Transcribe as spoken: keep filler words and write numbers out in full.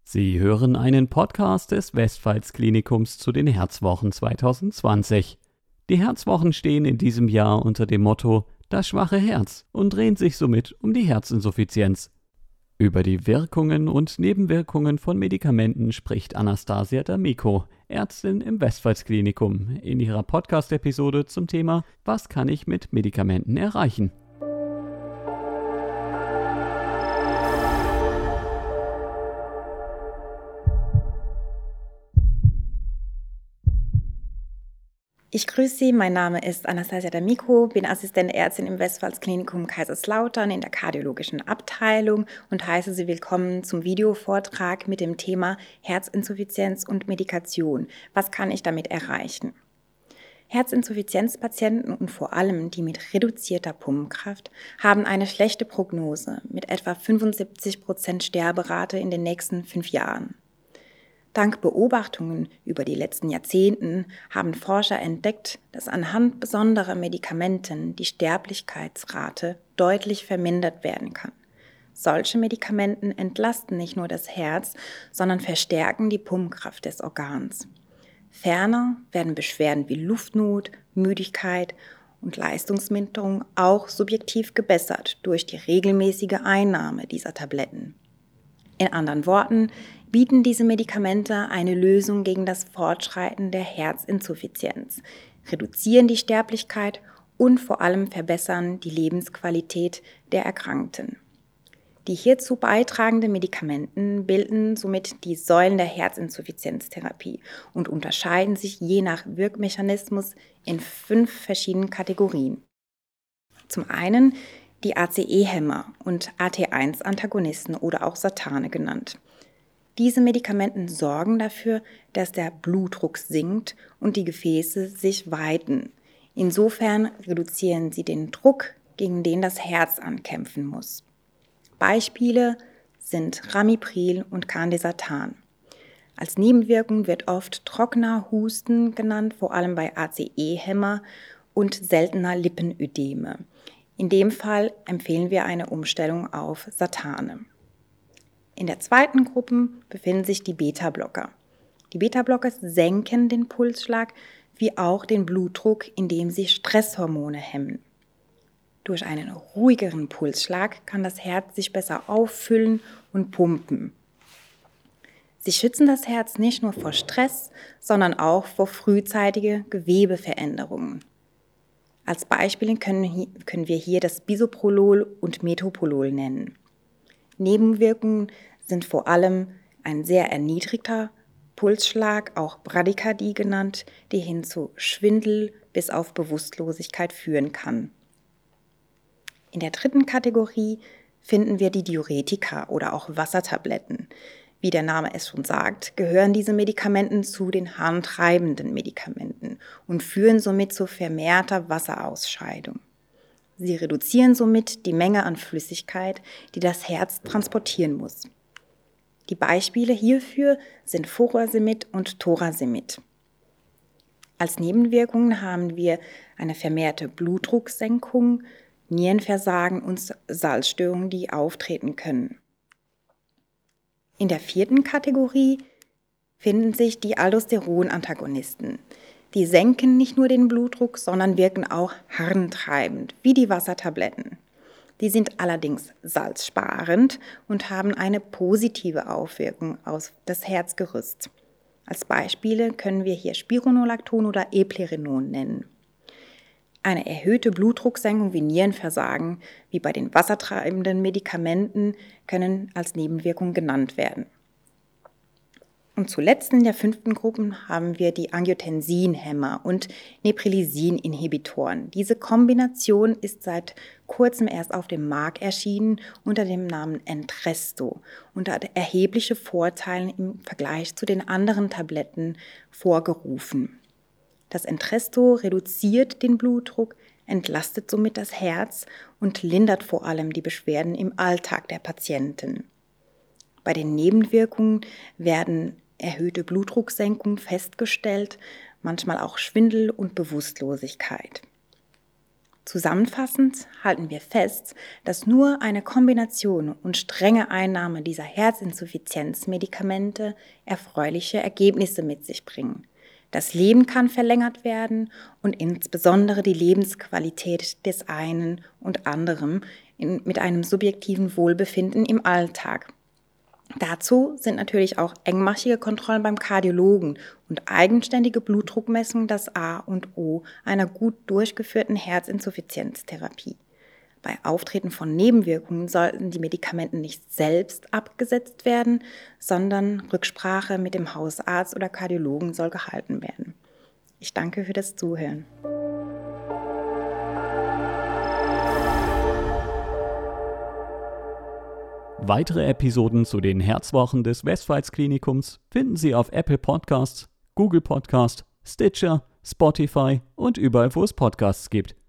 Sie hören einen Podcast des Westpfalz-Klinikums zu den Herzwochen zwanzig zwanzig. Die Herzwochen stehen in diesem Jahr unter dem Motto „Das schwache Herz" und drehen sich somit um die Herzinsuffizienz. Über die Wirkungen und Nebenwirkungen von Medikamenten spricht Anastasia D'Amico, Ärztin im Westpfalz-Klinikum, in ihrer Podcast-Episode zum Thema „Was kann ich mit Medikamenten erreichen?". Ich grüße Sie, mein Name ist Anastasia D'Amico, bin Assistentärztin im Westpfalz-Klinikum Kaiserslautern in der kardiologischen Abteilung und heiße Sie willkommen zum Videovortrag mit dem Thema Herzinsuffizienz und Medikation. Was kann ich damit erreichen? Herzinsuffizienzpatienten und vor allem die mit reduzierter Pumpenkraft haben eine schlechte Prognose mit etwa fünfundsiebzig Prozent Sterberate in den nächsten fünf Jahren. Dank Beobachtungen über die letzten Jahrzehnten haben Forscher entdeckt, dass anhand besonderer Medikamenten die Sterblichkeitsrate deutlich vermindert werden kann. Solche Medikamenten entlasten nicht nur das Herz, sondern verstärken die Pumpkraft des Organs. Ferner werden Beschwerden wie Luftnot, Müdigkeit und Leistungsminderung auch subjektiv gebessert durch die regelmäßige Einnahme dieser Tabletten. In anderen Worten bieten diese Medikamente eine Lösung gegen das Fortschreiten der Herzinsuffizienz, reduzieren die Sterblichkeit und vor allem verbessern die Lebensqualität der Erkrankten. Die hierzu beitragenden Medikamenten bilden somit die Säulen der Herzinsuffizienztherapie und unterscheiden sich je nach Wirkmechanismus in fünf verschiedenen Kategorien. Zum einen die A C E-Hämmer und A T eins Antagonisten oder auch Satane genannt. Diese Medikamenten sorgen dafür, dass der Blutdruck sinkt und die Gefäße sich weiten. Insofern reduzieren sie den Druck, gegen den das Herz ankämpfen muss. Beispiele sind Ramipril und Candesartan. Als Nebenwirkung wird oft trockener Husten genannt, vor allem bei A C E-Hämmer und seltener Lippenödeme. In dem Fall empfehlen wir eine Umstellung auf Satane. In der zweiten Gruppe befinden sich die Beta-Blocker. Die Beta-Blocker senken den Pulsschlag wie auch den Blutdruck, indem sie Stresshormone hemmen. Durch einen ruhigeren Pulsschlag kann das Herz sich besser auffüllen und pumpen. Sie schützen das Herz nicht nur vor Stress, sondern auch vor frühzeitigen Gewebeveränderungen. Als Beispiele können, können wir hier das Bisoprolol und Metoprolol nennen. Nebenwirkungen sind vor allem ein sehr erniedrigter Pulsschlag, auch Bradykardie genannt, die hin zu Schwindel bis auf Bewusstlosigkeit führen kann. In der dritten Kategorie finden wir die Diuretika oder auch Wassertabletten. Wie der Name es schon sagt, gehören diese Medikamente zu den harntreibenden Medikamenten und führen somit zu vermehrter Wasserausscheidung. Sie reduzieren somit die Menge an Flüssigkeit, die das Herz transportieren muss. Die Beispiele hierfür sind Furosemid und Torasemid. Als Nebenwirkungen haben wir eine vermehrte Blutdrucksenkung, Nierenversagen und Salzstörungen, die auftreten können. In der vierten Kategorie finden sich die Aldosteron-Antagonisten. Die senken nicht nur den Blutdruck, sondern wirken auch harntreibend, wie die Wassertabletten. Die sind allerdings salzsparend und haben eine positive Auswirkung auf das Herzgerüst. Als Beispiele können wir hier Spironolacton oder Eplerenol nennen. Eine erhöhte Blutdrucksenkung wie Nierenversagen, wie bei den wassertreibenden Medikamenten, können als Nebenwirkung genannt werden. Und zuletzt in der fünften Gruppe haben wir die Angiotensin-Hämmer und Neprilysin-Inhibitoren. Diese Kombination ist seit kurzem erst auf dem Markt erschienen unter dem Namen Entresto und hat erhebliche Vorteile im Vergleich zu den anderen Tabletten vorgerufen. Das Entresto reduziert den Blutdruck, entlastet somit das Herz und lindert vor allem die Beschwerden im Alltag der Patienten. Bei den Nebenwirkungen werden erhöhte Blutdrucksenkung festgestellt, manchmal auch Schwindel und Bewusstlosigkeit. Zusammenfassend halten wir fest, dass nur eine Kombination und strenge Einnahme dieser Herzinsuffizienzmedikamente erfreuliche Ergebnisse mit sich bringen. Das Leben kann verlängert werden und insbesondere die Lebensqualität des einen und anderen in, mit einem subjektiven Wohlbefinden im Alltag. Dazu sind natürlich auch engmaschige Kontrollen beim Kardiologen und eigenständige Blutdruckmessungen das A und O einer gut durchgeführten Herzinsuffizienztherapie. Bei Auftreten von Nebenwirkungen sollten die Medikamente nicht selbst abgesetzt werden, sondern Rücksprache mit dem Hausarzt oder Kardiologen soll gehalten werden. Ich danke für das Zuhören. Weitere Episoden zu den Herzwochen des Westpfalz-Klinikums finden Sie auf Apple Podcasts, Google Podcasts, Stitcher, Spotify und überall, wo es Podcasts gibt.